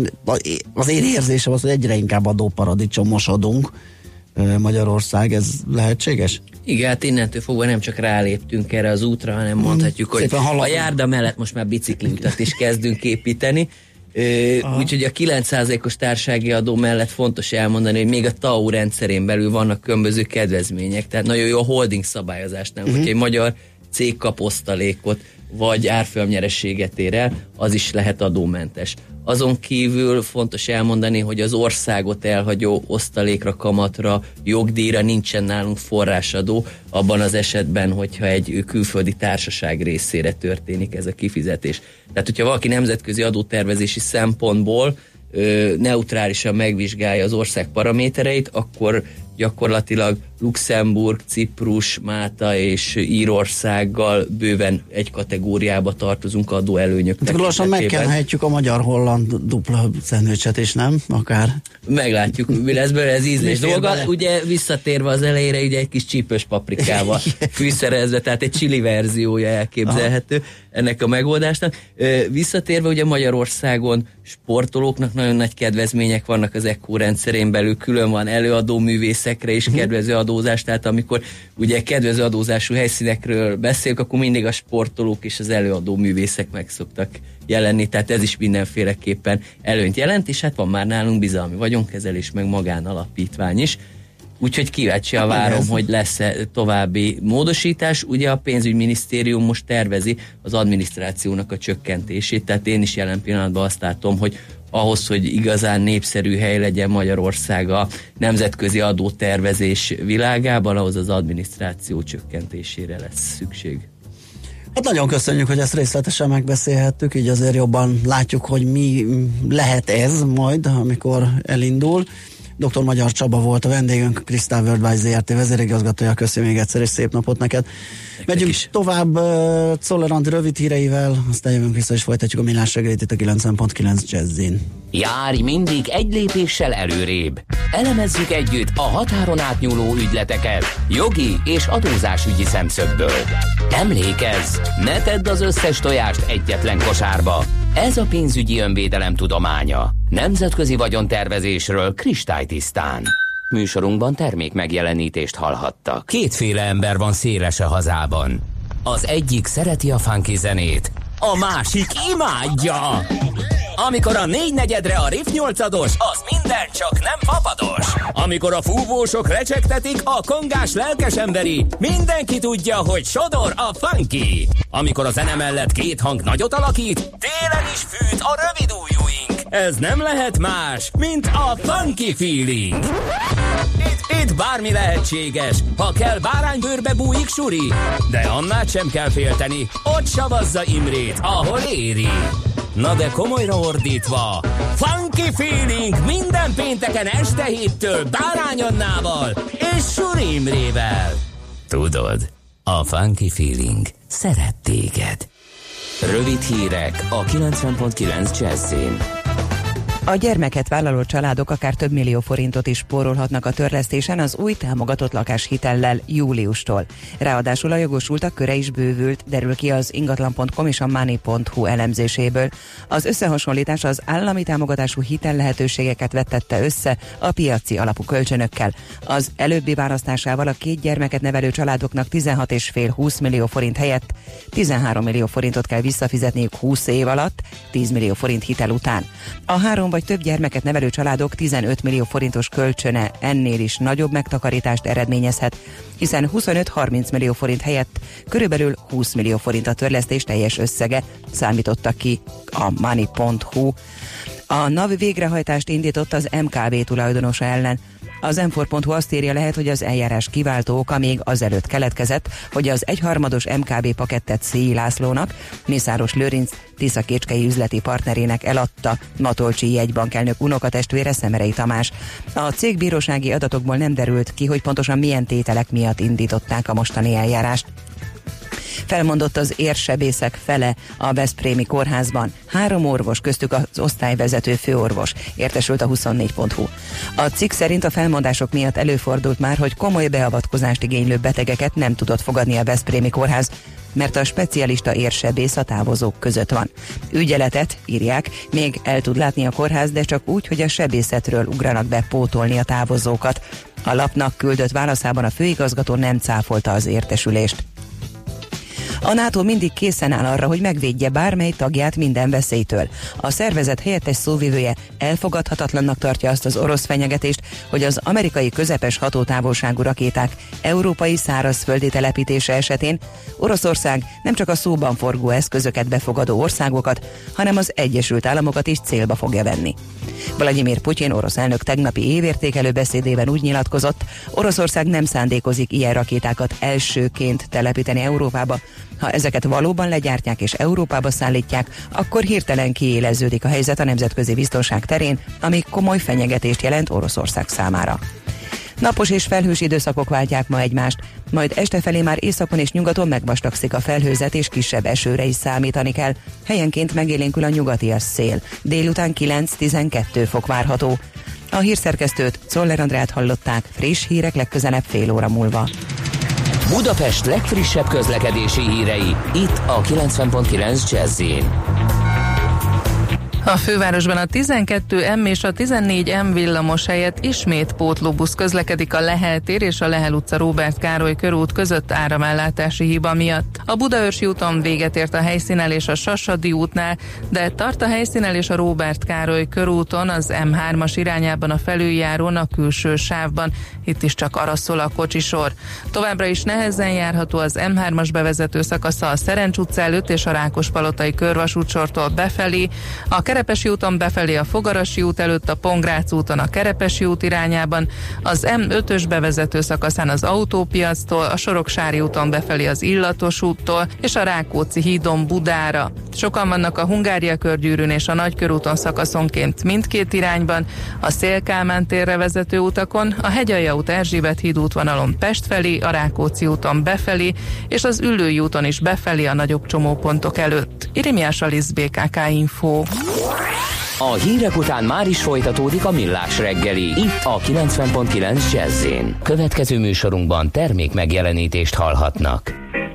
az én érzésem az, hogy egyre inkább adóparadicsomosodunk. Magyarország, ez lehetséges? Igen, hát innentől fogva nem csak ráléptünk erre az útra, hanem mondhatjuk, hogy a járda mellett most már bicikliutat is kezdünk építeni. Úgyhogy a 9%-os társasági adó mellett fontos elmondani, hogy még a TAU rendszerén belül vannak különböző kedvezmények, tehát nagyon jó a holding szabályozásnál, hogyha egy magyar cég kap osztalékot, vagy árfolyamnyerességet ér el, az is lehet adómentes. Azon kívül fontos elmondani, hogy az országot elhagyó osztalékra, kamatra, jogdíjra nincsen nálunk forrásadó, abban az esetben, hogyha egy külföldi társaság részére történik ez a kifizetés. Tehát, hogyha valaki nemzetközi adótervezési szempontból neutrálisan megvizsgálja az ország paramétereit, akkor gyakorlatilag Luxemburg, Ciprus, Málta és Írországgal bőven egy kategóriába tartozunk adóelőnyök tekintetében. Lassan megkenhetjük a magyar-holland dupla szendvicset is, nem? Akár. Meglátjuk, mi lesz belőle, ez ízlés dolga. Ugye visszatérve az elejére, ugye egy kis csípős paprikával fűszerezve, tehát egy chili verziója elképzelhető ennek a megoldásnak. Visszatérve ugye Magyarországon sportolóknak nagyon nagy kedvezmények vannak az ECO rendszerén belül, külön van előadó művészekre is kedvező adózás, tehát amikor ugye kedvező adózású helyszínekről beszélünk, akkor mindig a sportolók és az előadó művészek meg szoktak jelenni, tehát ez is mindenféleképpen előnyt jelent, és hát van már nálunk bizalmi vagyonkezelés, meg magánalapítvány is. Úgyhogy kíváncsian várom, hogy lesz-e további módosítás. Ugye a pénzügyminisztérium most tervezi az adminisztrációnak a csökkentését, tehát én is jelen pillanatban azt látom, hogy ahhoz, hogy igazán népszerű hely legyen Magyarország a nemzetközi adótervezés világában, ahhoz az adminisztráció csökkentésére lesz szükség. Hát nagyon köszönjük, hogy ezt részletesen megbeszélhettük, így azért jobban látjuk, hogy mi lehet ez majd, amikor elindul. Dr. Magyar Csaba volt a vendégünk, Crystal Worldwide Zrt. vezérigazgatója. Köszönjük még egyszer, és szép napot neked. Megyünk is. tovább Czoller Andi rövid híreivel, aztán jövünk vissza és folytatjuk a Millás reggelit itt a 90.9 Jazzin. Járj mindig egy lépéssel előrébb. Elemezzük együtt a határon átnyúló ügyleteket jogi és adózásügyi szemszögből. Emlékezz, ne tedd az összes tojást egyetlen kosárba. Ez a pénzügyi önvédelem tudománya. Nemzetközi vagyontervezésről kristálytisztán. Műsorunkban termék megjelenítést hallhattak. Kétféle ember van széles a hazában. Az egyik szereti a funky zenét, a másik imádja. Amikor a 4/4-re a Riff 8-ados, az minden csak nem fapados. Amikor a fúvósok recsegtetik, a kongás lelkes emberi, mindenki tudja, hogy sodor a funky. Amikor a zene mellett két hang nagyot alakít, télen is fűt a rövid ujjúink. Ez nem lehet más, mint a funky feeling. Itt bármi lehetséges, ha kell báránybőrbe bújik suri, de annál sem kell félteni, ott savazza Imrét, ahol éri. Na de komolyra ordítva, funky feeling minden pénteken este 7-től Bárány Annával és Suri Imrével. Tudod, a funky feeling szeret téged. Rövid hírek a 90.9 Jazzin. A gyermeket vállaló családok akár több millió forintot is spórolhatnak a törlesztésen az új támogatott lakáshitellel júliustól. Ráadásul a jogosultak köre is bővült, derül ki az ingatlan.com és a money.hu elemzéséből. Az összehasonlítás az állami támogatású hitel lehetőségeket vettette össze a piaci alapú kölcsönökkel. Az előbbi választásával a 2 gyermeket nevelő családoknak 16,5-20 millió forint helyett 13 millió forintot kell visszafizetniük 20 év alatt, 10 millió forint hitel után. A 3 vagy több gyermeket nevelő családok 15 millió forintos kölcsöne ennél is nagyobb megtakarítást eredményezhet, hiszen 25-30 millió forint helyett körülbelül 20 millió forint a törlesztés teljes összege, számította ki a money.hu. A NAV végrehajtást indított az MKB tulajdonosa ellen. Az m4.hu azt írja, lehet, hogy az eljárás kiváltó oka még azelőtt keletkezett, hogy az 1/3 MKB pakettet Széi Lászlónak, Mészáros Lőrinc tiszakécskei üzleti partnerének eladta Matolcsi jegybankelnök unokatestvére Szemerei Tamás. A cég bírósági adatokból nem derült ki, hogy pontosan milyen tételek miatt indították a mostani eljárást. Felmondott az érsebészek fele a veszprémi kórházban. 3 orvos, köztük az osztályvezető főorvos, értesült a 24.hu. A cikk szerint a felmondások miatt előfordult már, hogy komoly beavatkozást igénylő betegeket nem tudott fogadni a veszprémi kórház, mert a specialista érsebész a távozók között van. Ügyeletet, írják, még el tud látni a kórház, de csak úgy, hogy a sebészetről ugranak be pótolni a távozókat. A lapnak küldött válaszában a főigazgató nem cáfolta az értesülést. A NATO mindig készen áll arra, hogy megvédje bármely tagját minden veszélytől. A szervezet helyettes szóvivője elfogadhatatlannak tartja azt az orosz fenyegetést, hogy az amerikai közepes hatótávolságú rakéták európai szárazföldi telepítése esetén Oroszország nem csak a szóban forgó eszközöket befogadó országokat, hanem az Egyesült Államokat is célba fogja venni. Vladimir Putyin orosz elnök tegnapi évértékelő beszédében úgy nyilatkozott, Oroszország nem szándékozik ilyen rakétákat elsőként telepíteni Európába. Ha ezeket valóban legyártják és Európába szállítják, akkor hirtelen kiéleződik a helyzet a nemzetközi biztonság terén, ami komoly fenyegetést jelent Oroszország számára. Napos és felhős időszakok váltják ma egymást, majd este felé már északon és nyugaton megvastagszik a felhőzet és kisebb esőre is számítani kell. Helyenként megélénkül a nyugatias szél. Délután 9-12 fok várható. A hírszerkesztőt, Czoller Andrát hallották, friss hírek legközelebb fél óra múlva. Budapest legfrissebb közlekedési hírei, itt a 90.9 Jazzin. A fővárosban a 12M és a 14M villamos helyett ismét pótlóbusz közlekedik a Lehel tér és a Lehel utca Róbert Károly körút között áramellátási hiba miatt. A Budaörsi úton véget ért a helyszínelés a Sassadi útnál, de tart a helyszínelés a Róbert Károly körúton az M3-as irányában a felüljárón a külső sávban. Itt is csak arra szól a kocsisor. Továbbra is nehezen járható az M3-as bevezető szakasza a Szerencs utca előtt és a Rákospalotai körvasútsortól befelé, a Kerepesi úton befelé a Fogarasi út előtt, a Pongrác úton a Kerepesi út irányában, az M5-ös bevezető szakaszán az Autópiactól, a Soroksári úton befelé az Illatos úttól és a Rákóczi hídon Budára. Sokan vannak a Hungária körgyűrűn és a Nagykörúton szakaszonként mindkét irányban, a Széll-Kálmán térre vezető utakon, a Hegyalja út Erzsébet híd útvonalon Pest felé, a Rákóczi úton befelé, és az Üllői úton is befelé a nagyobb csomópontok előtt. Irimiás Alisz, BKK Info. A hírek után már is folytatódik a Millás reggeli, itt a 90.9 Jazz-én. Következő műsorunkban termék megjelenítést hallhatnak.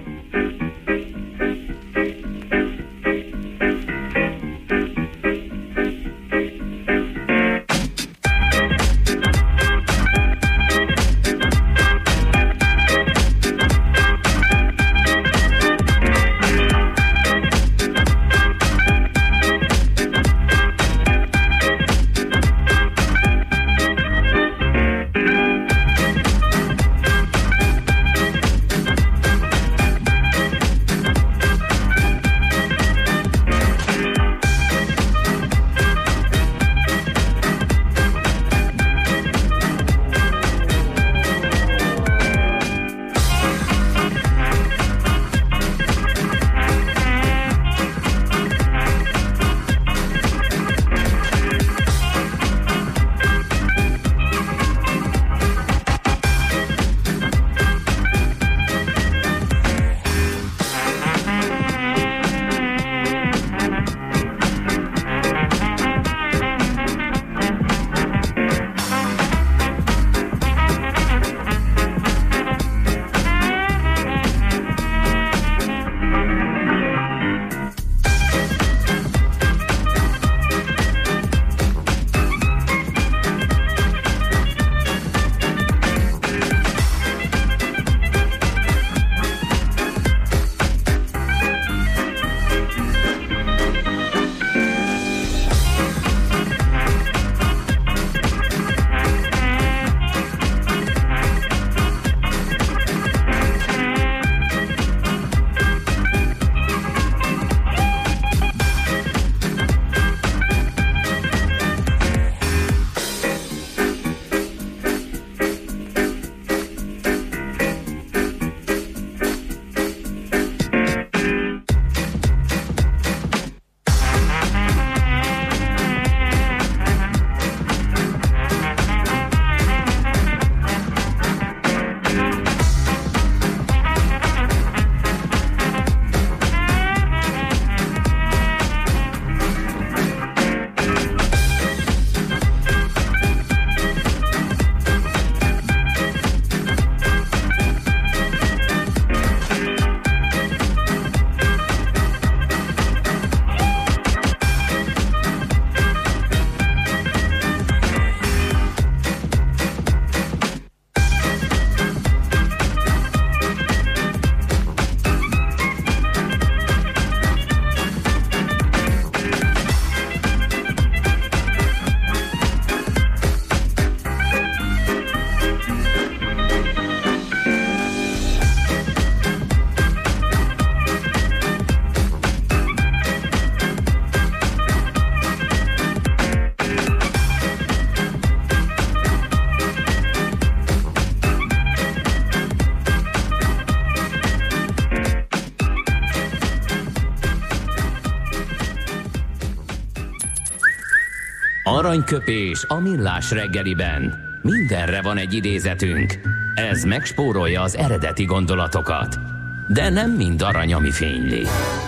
Aranyköpés a Millás reggeliben. Mindenre van egy idézetünk. Ez megspórolja az eredeti gondolatokat. De nem mind arany, ami fényli.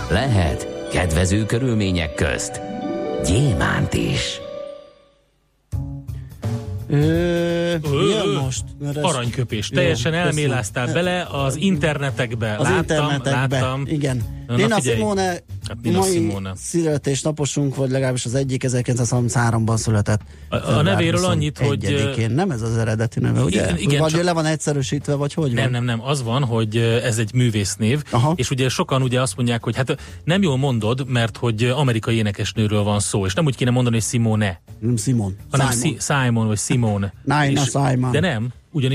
Lehet kedvező körülmények közt gyémánt is. Milyen most? Aranyköpés. Teljesen elméláztál bele az internetekbe. Láttam. Igen. Nina Simone, mai születésnaposunk, vagy legalábbis az egyik 1933-ban született. A nevéről annyit, hogy... Nem ez az eredeti neve, ugye? Igen, vagy le van egyszerűsítve, vagy hogy van? Nem. Az van, hogy ez egy művésznév, és ugye sokan ugye azt mondják, hogy hát nem jól mondod, mert hogy amerikai énekesnőről van szó, és nem úgy kéne mondani, hogy Simone. Nem Simon. Hanem Simon, vagy Simone. Simon. De nem,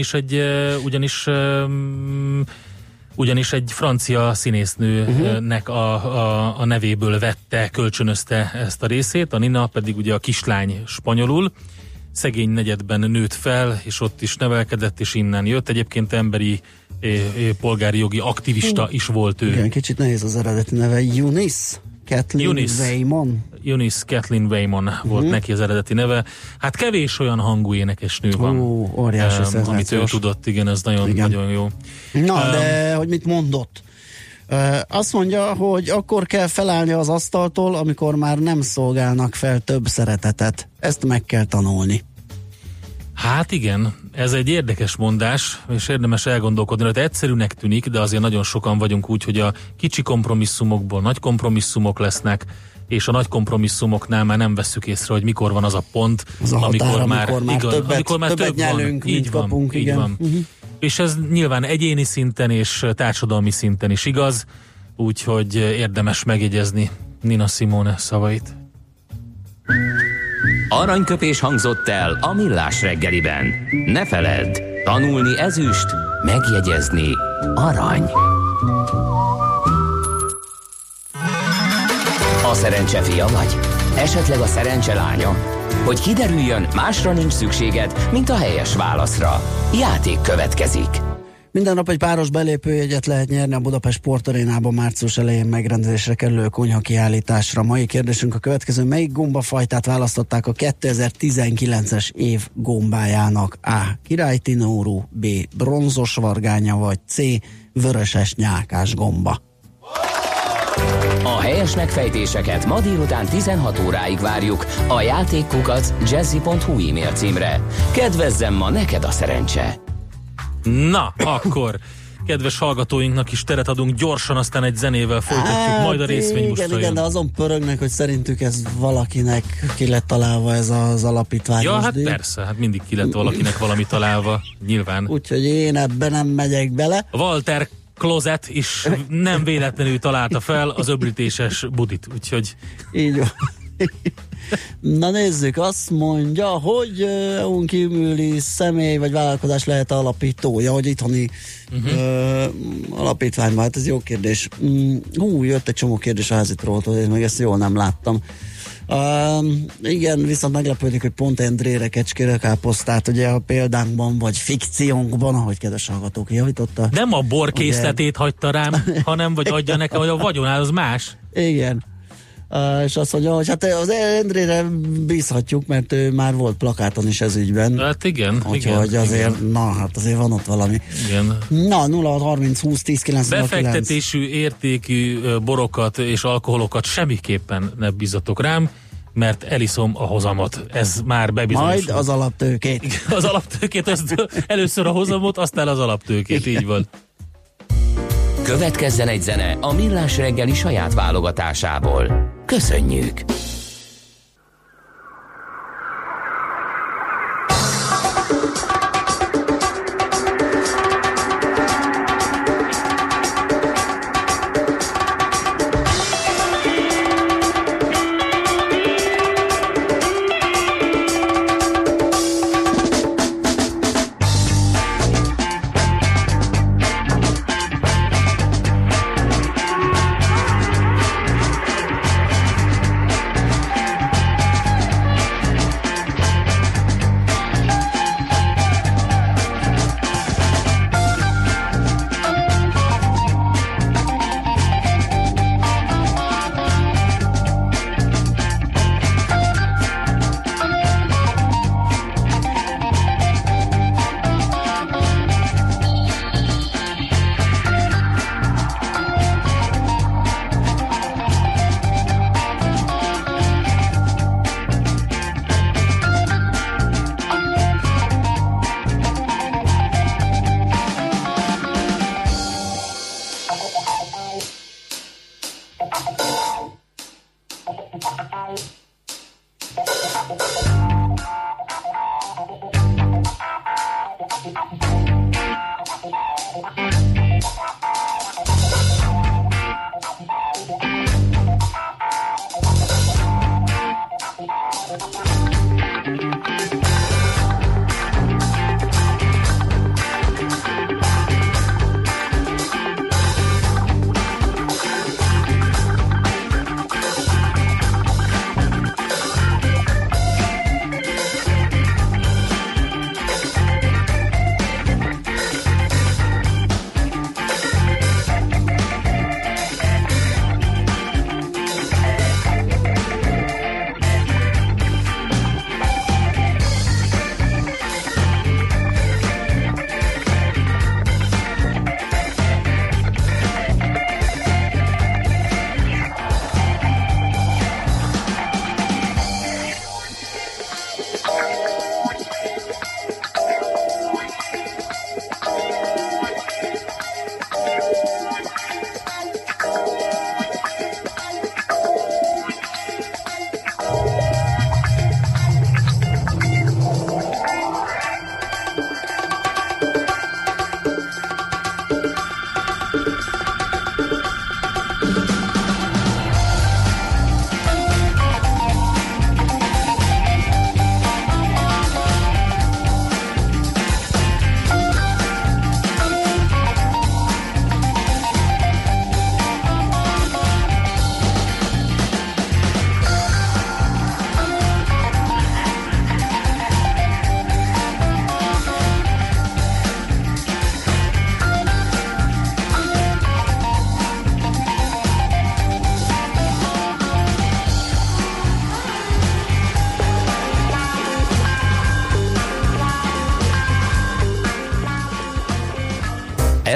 ugyanis egy francia színésznőnek a nevéből kölcsönözte ezt a részét, a Nina pedig ugye a kislány spanyolul, szegény negyedben nőtt fel, és ott is nevelkedett, és innen jött. Egyébként emberi polgári jogi aktivista is volt ő. Igen, kicsit nehéz az eredeti neve. Eunice Kathleen Waymon. Eunice Kathleen Waymon volt neki az eredeti neve. Hát kevés olyan hangú énekesnő van, óriási amit ő tudott, igen, ez nagyon jó. Na, de hogy mit mondott? Azt mondja, hogy akkor kell felállni az asztaltól, amikor már nem szolgálnak fel több szeretetet. Ezt meg kell tanulni. Hát igen, ez egy érdekes mondás, és érdemes elgondolkodni, hogy egyszerűnek tűnik, de azért nagyon sokan vagyunk úgy, hogy a kicsi kompromisszumokból nagy kompromisszumok lesznek, és a nagy kompromisszumoknál már nem vesszük észre, hogy mikor van az a pont, az amikor már többet nyelünk, így van, kapunk. Így van. És ez nyilván egyéni szinten és társadalmi szinten is igaz, úgyhogy érdemes megjegyezni Nina Simone szavait. Aranyköpés hangzott el a Millás reggeliben. Ne feledd, tanulni ezüst, megjegyezni arany. A szerencse fia vagy? Esetleg a szerencse lánya? Hogy kiderüljön, másra nincs szükséged, mint a helyes válaszra. Játék következik. Minden nap egy páros belépőjegyet lehet nyerni a Budapest Sportarénában március elején megrendezésre kerülő konyha kiállításra. Mai kérdésünk a következő: melyik gombafajtát választották a 2019-es év gombájának? A. Királytinórú, B. bronzos vargánya, vagy C. vöröses nyálkás gomba? A helyes megfejtéseket ma délután 16 óráig várjuk a játékkukac@jazzy.hu e-mail címre. Kedvezzem ma neked a szerencse! Na, akkor kedves hallgatóinknak is teret adunk gyorsan, aztán egy zenével folytatjuk majd a részvénymustra. Igen, de azon pörögnek, hogy szerintük ez valakinek ki lett találva ez az alapítvány. Ja, hát persze, hát mindig ki lett valakinek valami találva, nyilván. Úgyhogy én ebben nem megyek bele. Walter Closet is nem véletlenül találta fel az öblítéses budit, úgyhogy... Így van. Na nézzük, azt mondja, hogy EU-n kívüli személy vagy vállalkozás lehet alapítója, hogy itthoni alapítványban, hát ez jó kérdés. Jött egy csomó kérdés a házitról, én meg ezt jól nem láttam. Igen, viszont meglepődik, hogy pont Endrére, Kecskére káposztát, ugye a példánkban, vagy fikciónkban, ahogy kedves hallgatók javította. Nem a borkészletét hagyta rám, hanem vagy adja nekem, hogy a vagyonál az más. Igen. És azt mondja, hogy hát az Endrére bízhatjuk, mert ő már volt plakáton is ez ügyben. Hát igen. Úgyhogy azért, igen. Na, hát azért van ott valami. Igen. Na, 0-30-20-10-9-09. Befektetésű értékű borokat és alkoholokat semmiképpen ne bízzatok rám, mert eliszom a hozamot. Ez már bebizonyosult. Majd az alaptőkét. Az alaptőkét, először a hozamot, aztán az alaptőkét, így van. Következzen egy zene a Millás reggeli saját válogatásából. Köszönjük!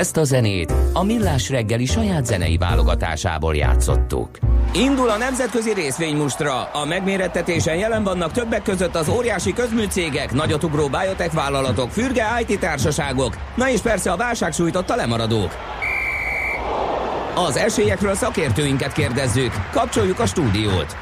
Ezt a zenét a Millás reggeli saját zenei válogatásából játszottuk. Indul a nemzetközi részvénymustra. A megmérettetésen jelen vannak többek között az óriási közműcégek, nagyotugró biotech vállalatok, fürge IT társaságok, na és persze a válság sújtotta lemaradók. Az esélyekről szakértőinket kérdezzük. Kapcsoljuk a stúdiót.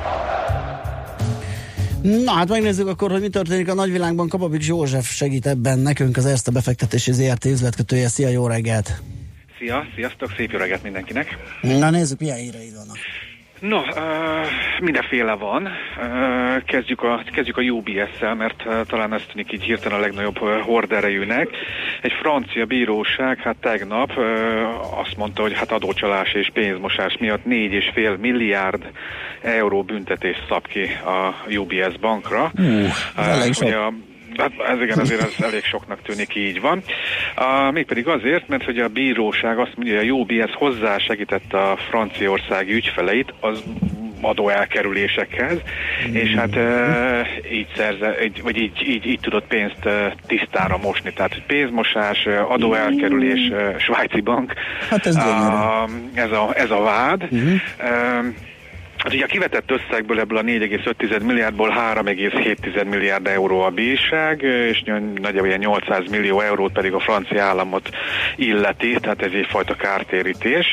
Na hát megnézzük akkor, hogy mi történik a nagyvilágban. Kababics József segít ebben nekünk, az Erste befektetési ZRT üzletkötője. Szia, jó reggelt! Sziasztok, szép jó reggelt mindenkinek! Na nézzük, milyen híreid vannak. No, mindenféle van. Kezdjük a UBS-szel, mert talán ezt tűnik így hirtelen a legnagyobb horderejűnek. Egy francia bíróság hát tegnap azt mondta, hogy hát adócsalás és pénzmosás miatt 4,5 milliárd euró büntetést szab ki a UBS bankra. Ez elég sok. Hát ez igen, azért ez elég soknak tűnik, így van. Mégpedig azért, mert hogy a bíróság azt mondja, hogy a UBS hozzásegítette a franciaországi ügyfeleit az adóelkerülésekhez, és hát így tudott pénzt tisztára mosni. Tehát pénzmosás, adóelkerülés, svájci bank. Hát ez a vád. Hát ugye a kivetett összegből ebből a 4,5 milliárdból 3,7 milliárd euró a bírság, és nagyjából ilyen 800 millió eurót pedig a francia államot illeti, tehát ez egyfajta kártérítés.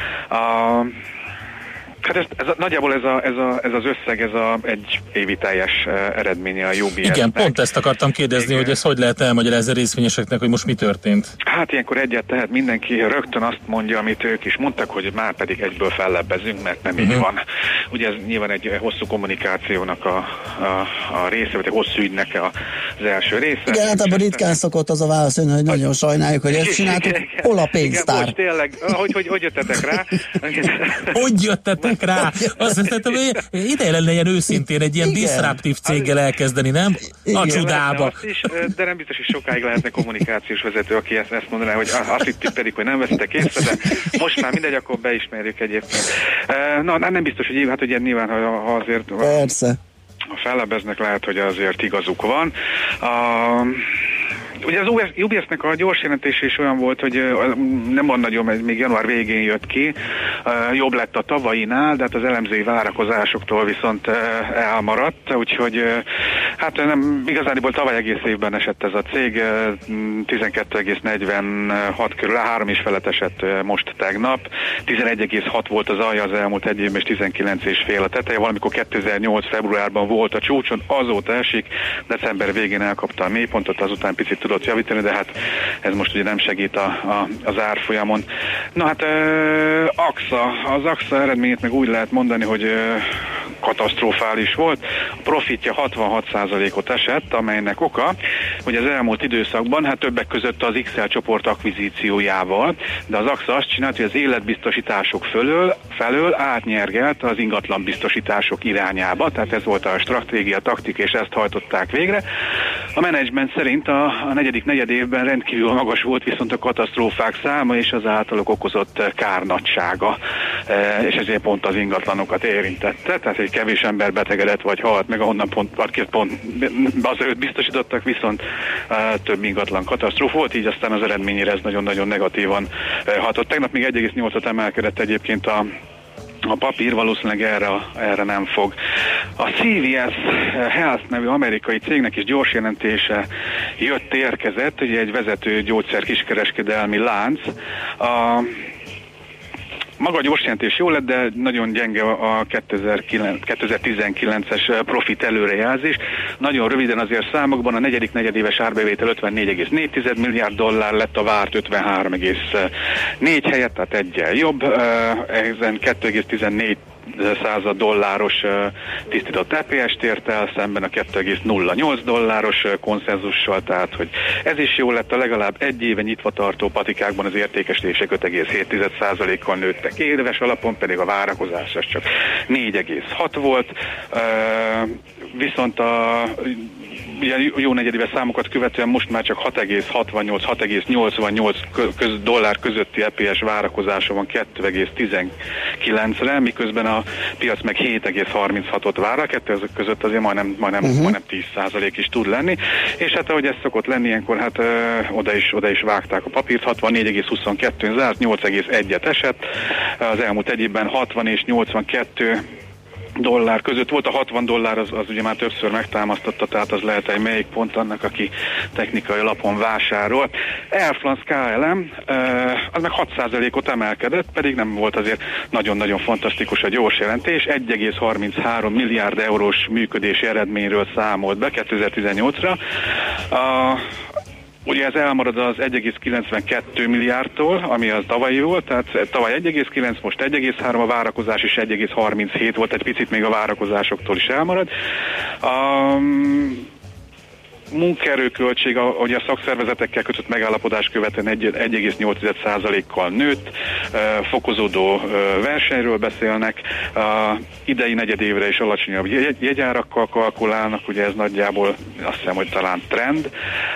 Hát nagyjából ez az összeg, egy évi teljes eredménye a UBS-nek. Igen, pont ezt akartam kérdezni, igen. Hogy ezt hogy lehet elmagyarázni a részvényeseknek, hogy most mi történt? Hát ilyenkor egyet tehet mindenki, rögtön azt mondja, amit ők is mondtak, hogy már pedig egyből fellebbezünk, mert nem így van. Ugye ez nyilván egy hosszú kommunikációnak a része, vagy egy hosszú ügynek az első része. Igen, hát abban ritkán szokott az a válasz, hogy nagyon sajnáljuk, hogy ezt csináltuk. Hol a pénztár? Igen, tényleg, hogy jöttetek rá? Hogy jöttetek rá? Azt hiszem, hogy ideje lenne ilyen őszintén egy ilyen diszruptív céggel elkezdeni, nem? Igen. A csudába. De nem biztos, hogy sokáig lehetne kommunikációs vezető, aki ezt mondaná, hogy azt hittük pedig, hogy nem veszitek észre, de most már mindegy, akkor beismerjük egyébként. Nem biztos, hogy hát ugye nyilván, ha azért... Persze. Ha fellebbeznek, lehet, hogy azért igazuk van. Ugye az UBS-nek a gyors jelentése is olyan volt, hogy nem van nagyon, még január végén jött ki, jobb lett a tavainál, de hát az elemzői várakozásoktól viszont elmaradt, úgyhogy hát nem, igazániból tavaly egész évben esett ez a cég, 12,46 körül, 3,5 esett most tegnap, 11,6 volt az alja az elmúlt egy évben, és 19,5 a teteje, valamikor 2008 februárban volt a csúcson, azóta esik, december végén elkapta a mélypontot, azután picit tudott javítani, de hát ez most ugye nem segít az árfolyamon. Na hát az AXA eredményét meg úgy lehet mondani, hogy katasztrofális volt. A profitja 66%-ot esett, amelynek oka, hogy az elmúlt időszakban, hát többek között az XL csoport akvizíciójával, de az AXA azt csinált, hogy az életbiztosítások felől átnyergelt az ingatlanbiztosítások irányába, tehát ez volt a stratégia, taktika, és ezt hajtották végre. A menedzsment szerint a negyedik negyedévben rendkívül magas volt viszont a katasztrófák száma és az általuk okozott kár nagysága, és ezért pont az ingatlanokat érintette, tehát egy kevés ember betegedett vagy halt meg, ahonnan pont az őt biztosítottak, viszont több ingatlan katasztrófa volt, így aztán az eredményére ez nagyon-nagyon negatívan hatott. Tegnap még 1,8-at emelkedett egyébként a papír, valószínűleg erre nem fog. A CVS Health nevű amerikai cégnek is gyors jelentése érkezett, ugye egy vezető gyógyszer kiskereskedelmi lánc. Maga a gyors jelentés jó lett, de nagyon gyenge a 2019-es profit előrejelzés. Nagyon röviden azért számokban a negyedik negyedéves árbevétel 54,4 milliárd dollár lett, a várt 53,4 helyett, tehát eggyel jobb. Ezen 2,14 század dolláros tisztított EPS-t ért el, szemben a 2,08 dolláros konszenzussal, tehát hogy ez is jó lett, a legalább egy éve nyitva tartó patikákban az értékesítések 5,7%-kal nőttek, éves alapon pedig a várakozás az csak 4,6 volt, viszont ugye jó negyedéves számokat követően most már csak 6,68-6,88 dollár közötti EPS várakozása van 2,19-re, miközben a piac meg 7,36-ot vár, a kettő között azért majdnem 10% is tud lenni, és hát ahogy ez szokott lenni, ilyenkor hát oda is vágták a papírt, 64,22-n zárt, 8,1-et esett, az elmúlt egy évben 60 és 82 dollár között volt, a 60 dollár az ugye már többször megtámasztotta, tehát az lehet egy melyik pont annak, aki technikai alapon vásárol. Air France KLM az meg 6%-ot emelkedett, pedig nem volt azért nagyon-nagyon fantasztikus a gyors jelentés, 1,33 milliárd eurós működési eredményről számolt be 2018-ra. Ugye ez elmarad az 1,92 milliárdtól, ami az tavalyi volt, tehát tavaly 1,9, most 1,3, a várakozás is 1,37 volt, egy picit még a várakozásoktól is elmarad. Munkaerőköltség, ugye a szakszervezetekkel kötött megállapodás követően 1,8%-kal nőtt, fokozódó versenyről beszélnek, idei negyedévre is alacsonyabb jegyárakkal kalkulálnak, ugye ez nagyjából azt hiszem, hogy talán trend.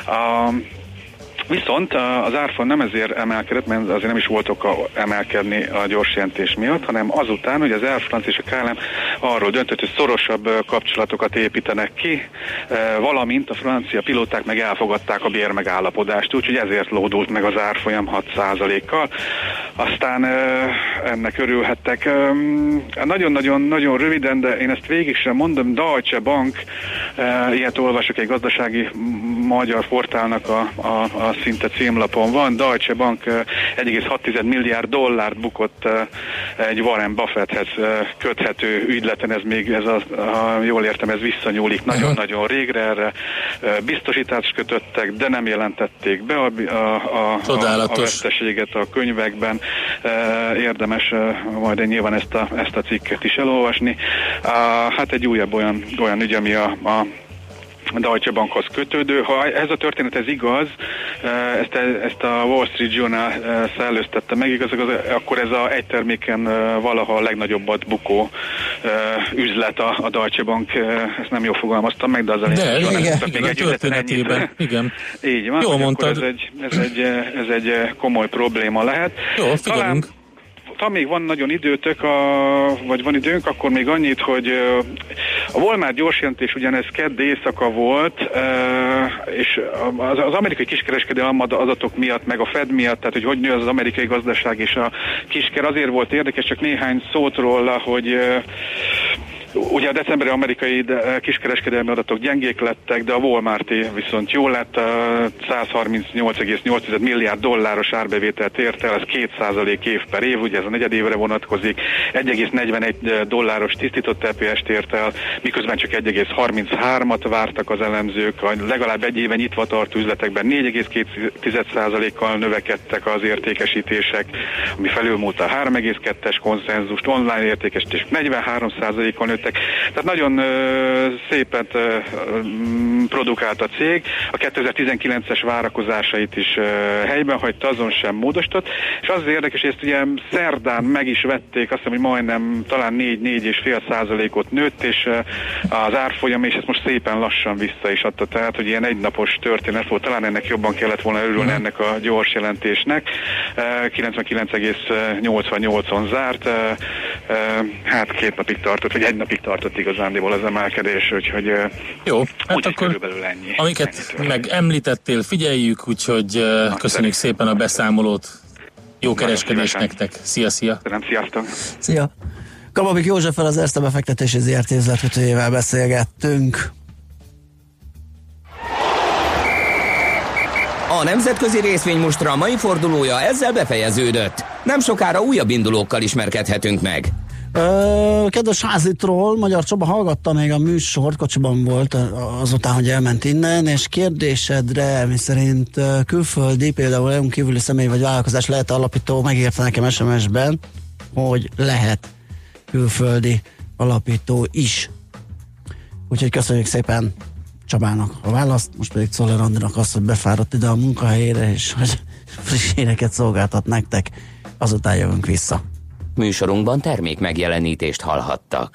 Viszont az árfolyam nem ezért emelkedett, mert azért nem is volt oka emelkedni a gyors jelentés miatt, hanem azután, hogy az Air France és a KLM arról döntött, hogy szorosabb kapcsolatokat építenek ki, valamint a francia pilóták meg elfogadták a bérmegállapodást, úgyhogy ezért lódult meg az árfolyam 6%-kal. Aztán ennek örülhettek. Nagyon-nagyon röviden, de én ezt végig sem mondom, Deutsche Bank, ilyet olvasok egy gazdasági magyar portálnak a szinte címlapon van, Deutsche Bank 1,6 milliárd dollárt bukott egy Warren Buffetthez köthető ügyleten, jól értem, ez visszanyúlik nagyon-nagyon régre, erre biztosítást kötöttek, de nem jelentették be a veszteséget a könyvekben. Érdemes majd nyilván ezt a cikket is elolvasni. Hát egy újabb olyan ügy, ami a Deutsche Bankhoz kötődő. Ha ez a történet ez igaz, ezt a Wall Street Journal szellőztette meg, akkor ez egy terméken valaha a legnagyobbbat bukó üzlet a Deutsche Bank, ezt nem jól fogalmaztam meg, de az a történetében. Igen. Így van, jól mondtad. Ez egy komoly probléma lehet. Jó, figyelünk. Ha még van nagyon időtök, vagy van időnk, akkor még annyit, hogy a Walmart gyorsjelentés ugyanez kedd éjszaka volt, és az amerikai kiskereskedelmi adatok miatt, meg a Fed miatt, tehát hogy nő az amerikai gazdaság és a kisker, azért volt érdekes, csak néhány szót róla, hogy ugye a decemberi amerikai kiskereskedelmi adatok gyengék lettek, de a Walmarté viszont jó lett, 138,8 milliárd dolláros árbevételt ért el, ez 2% év per év, ugye ez a negyedévre vonatkozik, 1,41 dolláros tisztított EPS-t ért el, miközben csak 1,33-at vártak az elemzők, legalább egy éve nyitva tartó üzletekben 4,2%-kal növekedtek az értékesítések, ami felülmúlta a 3,2-es konszenzust, online értékesítés 43%-kal nőttek, tehát nagyon szépen produkált a cég, a 2019-es várakozásait is helyben hagyta, azon sem módosított, és az érdekes, hogy ezt ugye szerdán meg is vették, azt hiszem, hogy majdnem talán 4,5%-ot nőtt, és az árfolyam, és ezt most szépen lassan vissza is adta, tehát, hogy ilyen egynapos történet volt, talán ennek jobban kellett volna örülni ennek a gyors jelentésnek, 99,88-on zárt, hát 2 napig tartott, vagy 1 napig tartott igazándiból az emelkedés, úgyhogy jó, hát úgy akkor körülbelül ennyi. Amiket meg említettél, figyeljük, úgyhogy köszönjük szépen a beszámolót. Jó kereskedés nektek. Szia! Sziasztok! Szia! Kababik Józseffel, az Erste befektetési ZRT üzletkötőjével beszélgettünk. A nemzetközi részvénymustra mai fordulója ezzel befejeződött. Nem sokára újabb indulókkal ismerkedhetünk meg. Kedves házitról, Magyar Csaba hallgatta még a műsort, kocsiban volt azután, hogy elment innen, és kérdésedre, miszerint külföldi, például EU-n kívüli személy vagy vállalkozás lehet alapító, megírta nekem SMS-ben, hogy lehet külföldi alapító is. Úgyhogy köszönjük szépen Csabának a választ, most pedig Czoller Andinak azt, hogy befáradt ide a munkahelyére, és hogy friss híreket szolgáltat nektek, azután jövünk vissza. Műsorunkban termék megjelenítést hallhattak.